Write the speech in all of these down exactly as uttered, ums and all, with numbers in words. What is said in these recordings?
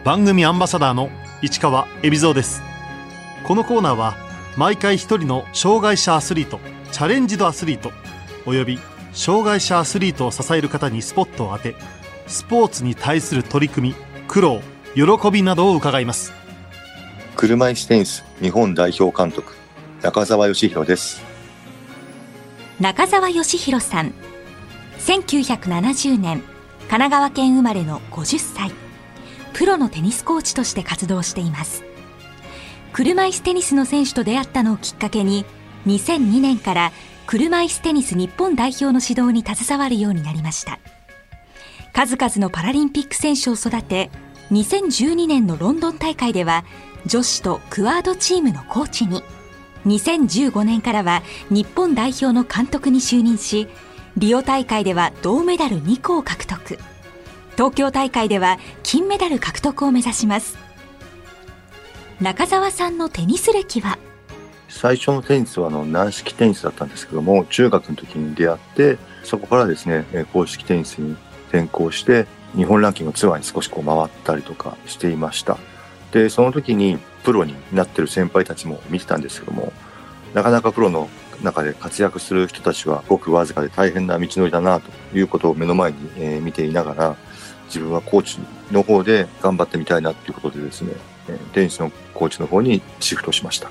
番組アンバサダーの市川海老蔵です。このコーナーは毎回一人の障害者アスリート、チャレンジドアスリートおよび障害者アスリートを支える方にスポットを当て、スポーツに対する取り組み、苦労、喜びなどを伺います。 車椅子テニス日本代表監督、中澤義弘です。 中澤義弘さん、せんきゅうひゃくななじゅうねん神奈川県生まれのごじゅっさい、プロのテニスコーチとして活動しています。車椅子テニスの選手と出会ったのをきっかけに、にせんにねんから車椅子テニス日本代表の指導に携わるようになりました。数々のパラリンピック選手を育て、にせんじゅうにねんのロンドン大会では女子とクアードチームのコーチに、にせんじゅうごねんからは日本代表の監督に就任し、リオ大会では銅メダルにこを獲得、東京大会では金メダル獲得を目指します。中澤さんのテニス歴は？ 最初のテニスはあの軟式テニスだったんですけども、中学の時に出会って、そこからですね公式テニスに転向して、日本ランキングのツアーに少しこう回ったりとかしていました。でその時にプロになってる先輩たちも見てたんですけども、なかなかプロの中で活躍する人たちはごくわずかで大変な道のりだなということを目の前に、えー、見ていながら、自分はコーチの方で頑張ってみたいなということでですね、テニスのコーチの方にシフトしました。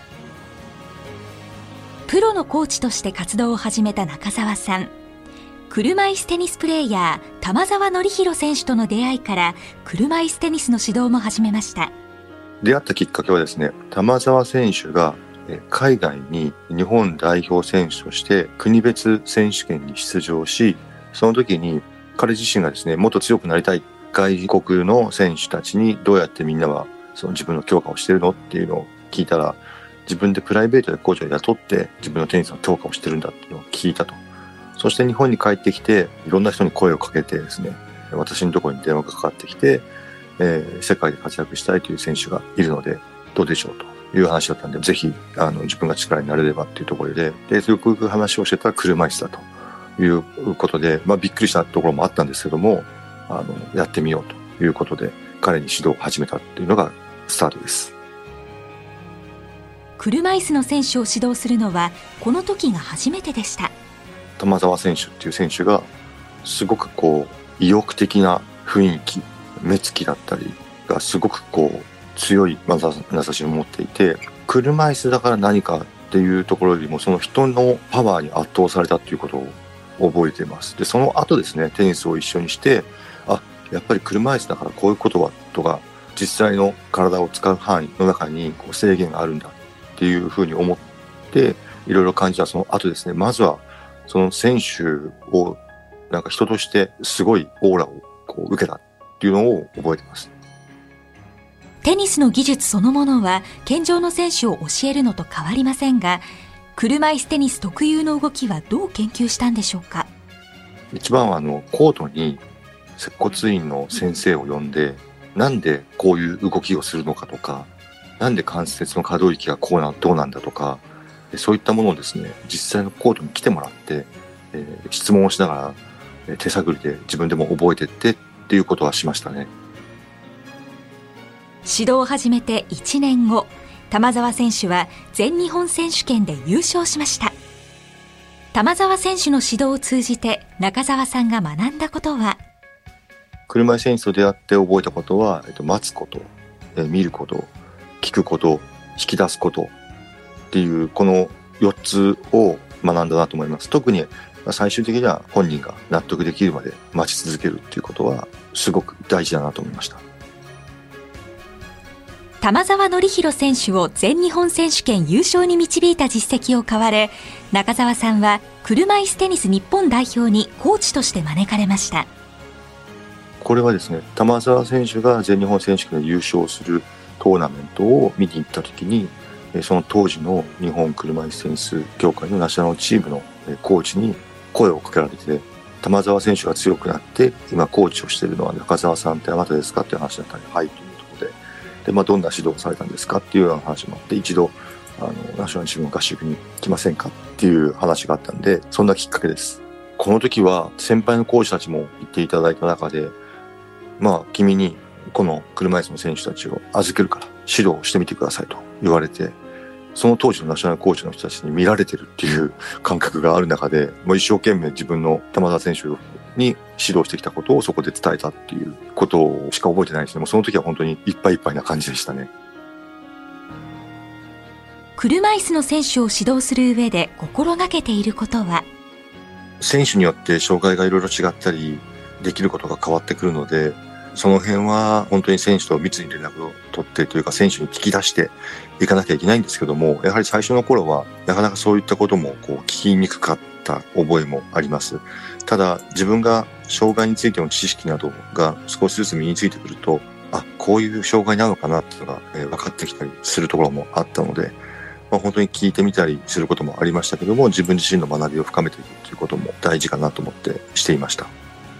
プロのコーチとして活動を始めた中澤さん、車椅子テニスプレーヤー玉澤典弘選手との出会いから車椅子テニスの指導も始めました。 出会ったきっかけはですね、玉澤選手が海外に日本代表選手として国別選手権に出場し、その時に彼自身がですね、もっと強くなりたい外国の選手たちにどうやってみんなはその自分の強化をしてるのっていうのを聞いたら、自分でプライベートでコーチを雇って自分のテニスの強化をしてるんだっていうのを聞いたと。そして日本に帰ってきていろんな人に声をかけてですね、私のところに電話がかかってきて、えー、世界で活躍したいという選手がいるのでどうでしょうという話だったんで、ぜひあの自分が力になれればっていうところで、でよくよく話をしてたら車椅子だということで、まあびっくりしたところもあったんですけども、あのやってみようということで彼に指導を始めたっていうのがスタートです。 車椅子の選手を指導するのはこの時が初めてでした。 玉澤選手っていう選手がすごくこう意欲的な雰囲気、目つきだったりがすごくこう強いまなざしを持っていて、車椅子だから何かっていうところよりもその人のパワーに圧倒されたっていうことを覚えています。でその後ですね、テニスを一緒にして、あ、やっぱり車椅子だからこういうことはとか、実際の体を使う範囲の中にこう制限があるんだっていうふうに思っていろいろ感じたその後ですね、まずはその選手をなんか人としてすごいオーラをこう受けたっていうのを覚えています。 テニスの技術そのものは健常の選手を教えるのと変わりませんが、車椅子テニス特有の動きはどう研究したんでしょうか？ 一番はあのコートに接骨院の先生を呼んで、なんでこういう動きをするのかとか、なんで関節の可動域がこうなどうなんだとか、そういったものをですね、実際のコートに来てもらって、えー、質問をしながら手探りで自分でも覚えてってっていうことはしましたね。 指導を始めていちねんご、玉澤選手は全日本選手権で優勝しました。玉澤選手の指導を通じて中澤さんが学んだことは？ 車椅子テニスと出会って覚えたことは、えっと、待つこと、えー、見ること、聞くこと、引き出すことっていうこのよっつを学んだなと思います。特に最終的には本人が納得できるまで待ち続けるっていうことはすごく大事だなと思いました。 玉澤典弘選手を全日本選手権優勝に導いた実績を買われ、中澤さんは車椅子テニス日本代表にコーチとして招かれました。 これはですね、玉澤選手が全日本選手権で優勝するトーナメントを見に行った時に、その当時の日本車椅子テニス協会のナショナルチームのコーチに声をかけられて、玉澤選手が強くなって今コーチをしているのは中澤さんってあなたですかっていう話だったんで、はいというところで、で、まあ、どんな指導をされたんですかっていうような話もあって、一度あのナショナルチームの合宿に来ませんかっていう話があったんで、そんなきっかけです。この時は先輩のコーチたちも言っていただいた中で、まあ君にこの車椅子の選手たちを預けるから指導をしてみてくださいと言われて、その当時のナショナルコーチの人たちに見られてるっていう感覚がある中で、もう一生懸命自分の玉澤選手に指導してきたことをそこで伝えたっていうことしか覚えてないですね。もうその時は本当にいっぱいいっぱいな感じでしたね。 車椅子の選手を指導する上で心がけていることは？ 選手によって障害がいろいろ違ったり、できることが変わってくるので、その辺は本当に選手と密に連絡を取ってというか、選手に聞き出していかなきゃいけないんですけども、やはり最初の頃はなかなかそういったこともこう聞きにくかった覚えもあります。ただ自分が障害についての知識などが少しずつ身についてくると、あ、こういう障害なのかなっていうのが、えー、分かってきたりするところもあったので、まあ、本当に聞いてみたりすることもありましたけども、自分自身の学びを深めていくということも大事かなと思ってしていました。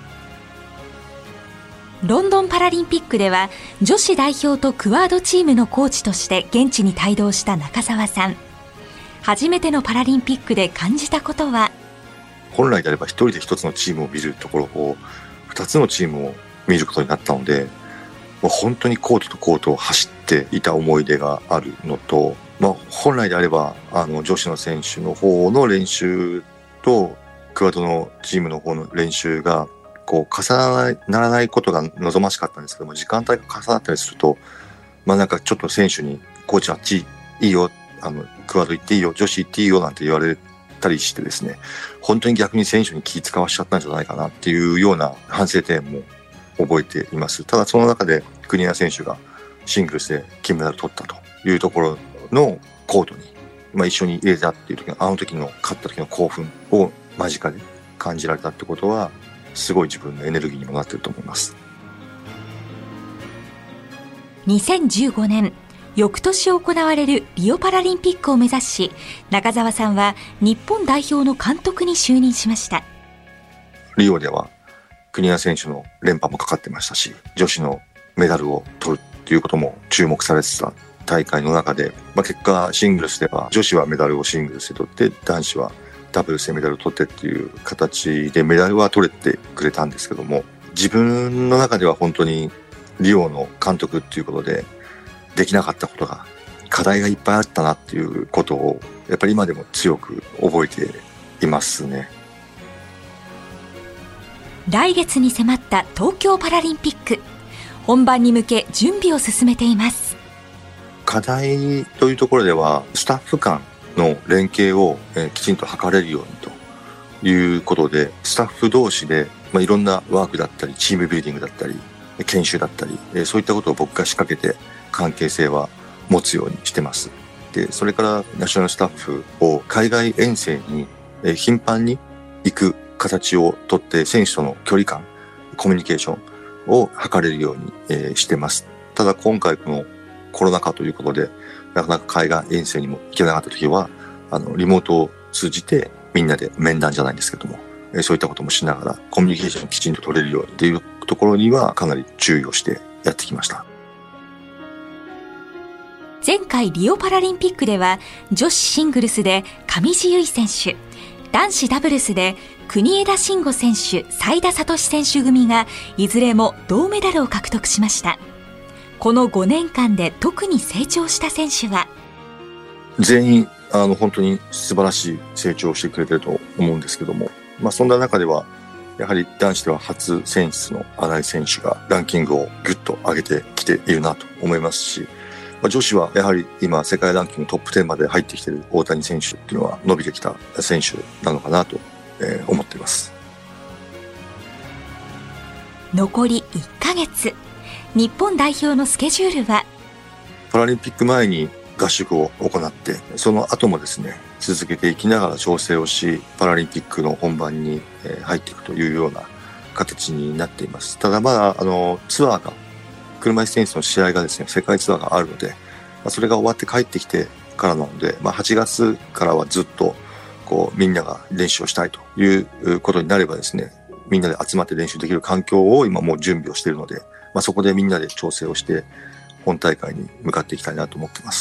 ロンドンパラリンピックでは女子代表とクワードチームのコーチとして現地に帯同した中澤さん。初めてのパラリンピックで感じたことは？ 本来であれば一人で一つのチームを見るところを二つのチームを見ることになったので、もう本当にコートとコートを走っていた思い出があるのと、まあ、本来であればあの女子の選手の方の練習とクワードのチームの方の練習がこう重ならないことが望ましかったんですけども、時間帯が重なったりすると、まあなんかちょっと選手にコーチあっちいいよ、あのクワード行っていいよ、女子行っていいよなんて言われたりしてですね、本当に逆に選手に気使わしちゃったんじゃないかなっていうような反省点も覚えています。ただその中で国枝選手がシングルスで金メダル取ったというところのコートに、まあ、一緒に入れたっていう時のあの時の勝った時の興奮を間近で感じられたってことは、すごい自分のエネルギーにもなっていると思います。 にせんじゅうごねん、翌年行われるリオパラリンピックを目指し、中澤さんは日本代表の監督に就任しました。 リオでは国枝選手の連覇もかかってましたし、女子のメダルを取るっていうことも注目されてた大会の中で、まあ、結果シングルスでは女子はメダルをシングルスで取って、男子はダブルスでメダルを取ってっていう形でメダルは取れてくれたんですけども、自分の中では本当にリオの監督っていうことでできなかったことが、課題がいっぱいあったなっていうことをやっぱり今でも強く覚えていますね。 来月に迫った東京パラリンピック、本番に向け準備を進めています。 課題というところではスタッフ間の連携を、えー、きちんと図れるようにということで、スタッフ同士で、まあ、いろんなワークだったりチームビルディングだったり研修だったり、えー、そういったことを僕が仕掛けて関係性は持つようにしてます。で、それからナショナルスタッフを海外遠征に、えー、頻繁に行く形をとって選手との距離感、コミュニケーションを図れるように、えー、してます。ただ今回このコロナ禍ということでなかなか海外遠征にも行けなかった時は、あのリモートを通じてみんなで面談じゃないんですけども、えー、そういったこともしながらコミュニケーションをきちんと取れるようにというところにはかなり注意をしてやってきました。 前回リオパラリンピックでは女子シングルスで上地結衣選手、男子ダブルスで国枝慎吾選手、斉田聡選手組がいずれも銅メダルを獲得しました。このごねんかんで特に成長した選手は？ 全員あの本当に素晴らしい成長をしてくれていると思うんですけども、まあ、そんな中ではやはり男子では初選出の新井選手がランキングをぐっと上げてきているなと思いますし、まあ、女子はやはり今世界ランキングトップじゅうまで入ってきている大谷選手っていうのは伸びてきた選手なのかなと、えー、思っています。 残りいっかげつ、日本代表のスケジュールは？ パラリンピック前に合宿を行って、その後もですね続けていきながら調整をし、パラリンピックの本番に入っていくというような形になっています。ただまだあのツアーが、車椅子テニスの試合がですね世界ツアーがあるので、それが終わって帰ってきてからなので、まあ、はちがつからはずっとこうみんなが練習をしたいということになればですね、みんなで集まって練習できる環境を今もう準備をしているので、まあ、そこでみんなで調整をして本大会に向かっていきたいなと思っています。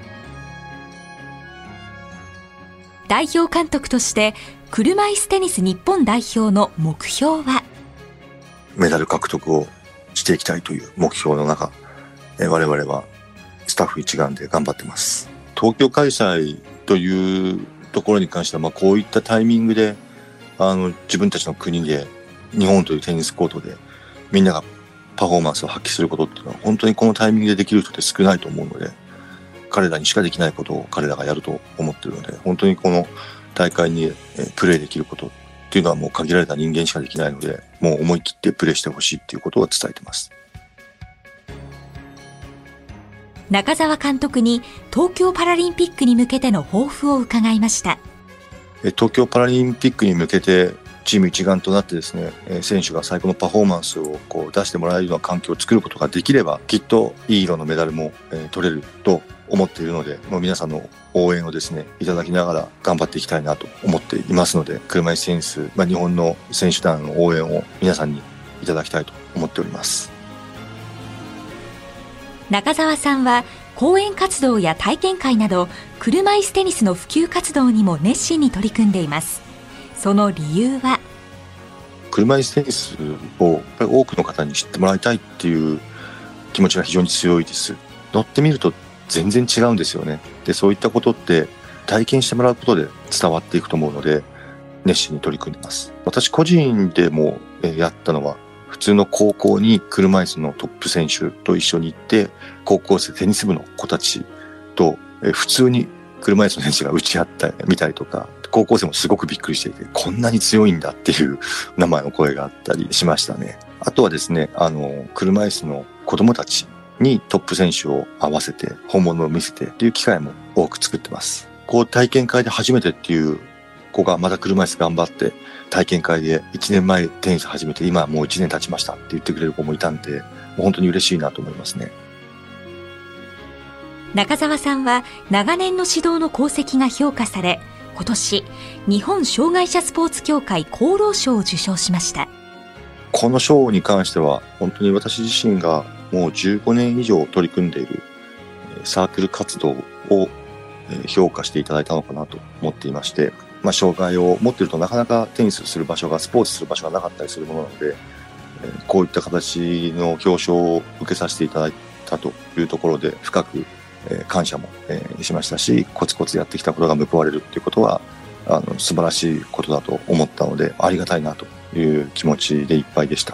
代表監督として車椅子テニス日本代表の目標は？ メダル獲得をしていきたいという目標の中、えー、我々はスタッフ一丸で頑張ってます。東京開催というところに関しては、まあ、こういったタイミングであの自分たちの国で日本というテニスコートでみんながパフォーマンスを発揮することっていうのは本当にこのタイミングでできる人って少ないと思うので、彼らにしかできないことを彼らがやると思っているので、本当にこの大会にプレーできることっていうのはもう限られた人間しかできないので、もう思い切ってプレーしてほしいっていうことを伝えてます。 中澤監督に東京パラリンピックに向けての抱負を伺いました。 東京パラリンピックに向けてチーム一丸となってですね、選手が最高のパフォーマンスをこう出してもらえるような環境を作ることができれば、きっといい色のメダルも取れると思っているので、もう皆さんの応援をですねいただきながら頑張っていきたいなと思っていますので、車いすテニス、まあ、日本の選手団の応援を皆さんにいただきたいと思っております。 中澤さんは講演活動や体験会など車椅子テニスの普及活動にも熱心に取り組んでいます。その理由は、 車椅子テニスをやっぱり多くの方に知ってもらいたいっていう気持ちが非常に強いです。乗ってみると全然違うんですよね。で、そういったことって体験してもらうことで伝わっていくと思うので、熱心に取り組んでます。私個人でもやったのは、普通の高校に車椅子のトップ選手と一緒に行って、高校生テニス部の子たちと普通に車椅子の選手が打ち合ったみたりとか、高校生もすごくびっくりしていて、こんなに強いんだっていう名前の声があったりしましたね。あとはですね、あの車椅子の子供たちにトップ選手を合わせて本物を見せてっていう機会も多く作ってます。こう体験会で初めてっていう子がまた車椅子頑張って体験会でいちねんまえテニス始めて今はもういちねん経ちましたって言ってくれる子もいたんで、もう本当に嬉しいなと思いますね。 中澤さんは長年の指導の功績が評価され、今年日本障害者スポーツ協会功労賞を受賞しました。 この賞に関しては本当に私自身がもうじゅうごねん以上取り組んでいるサークル活動を評価していただいたのかなと思っていまして、まあ、障害を持っているとなかなかテニスする場所が、スポーツする場所がなかったりするものなので、こういった形の表彰を受けさせていただいたというところで深く感謝もしましたし、コツコツやってきたことが報われるということはあの素晴らしいことだと思ったので、ありがたいなという気持ちでいっぱいでした。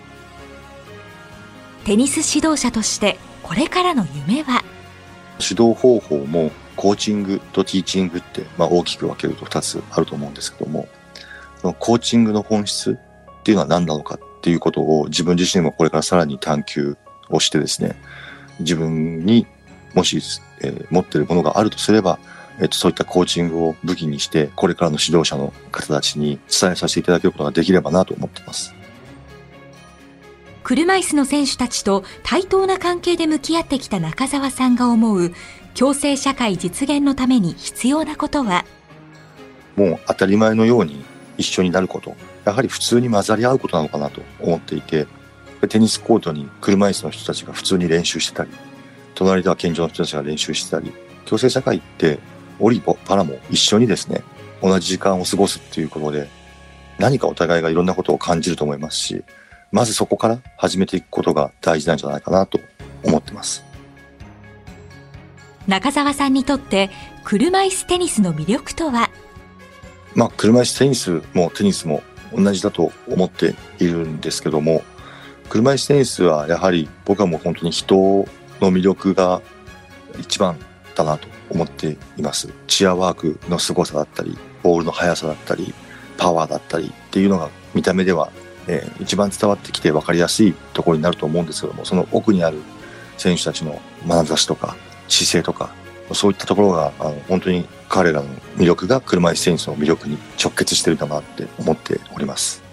テニス指導者としてこれからの夢は？ 指導方法もコーチングとティーチングって、まあ、大きく分けるとふたつあると思うんですけども、そのコーチングの本質っていうのは何なのかっていうことを自分自身もこれからさらに探求をしてですね、自分にもし、えー、持っているものがあるとすれば、えーと、そういったコーチングを武器にしてこれからの指導者の方たちに伝えさせていただけることができればなと思っています。 車椅子の選手たちと対等な関係で向き合ってきた中澤さんが思う共生社会実現のために必要なことは？ もう当たり前のように一緒になること、やはり普通に混ざり合うことなのかなと思っていて、テニスコートに車椅子の人たちが普通に練習してたり、隣では健常の人たちが練習してたり、共生社会ってオリもパラも一緒にですね、同じ時間を過ごすっていうことで何かお互いがいろんなことを感じると思いますし、まずそこから始めていくことが大事なんじゃないかなと思ってます。 中澤さんにとって車椅子テニスの魅力とは？ まあ車椅子テニスもテニスも同じだと思っているんですけども、車椅子テニスはやはり僕はもう本当に人の魅力が一番だなと思っています。チアワークの凄さだったり、ボールの速さだったり、パワーだったりっていうのが見た目では、えー、一番伝わってきて分かりやすいところになると思うんですけども、その奥にある選手たちの眼差しとか姿勢とか、そういったところがあの本当に彼らの魅力が車椅子テニスの魅力に直結しているんだなって思っております。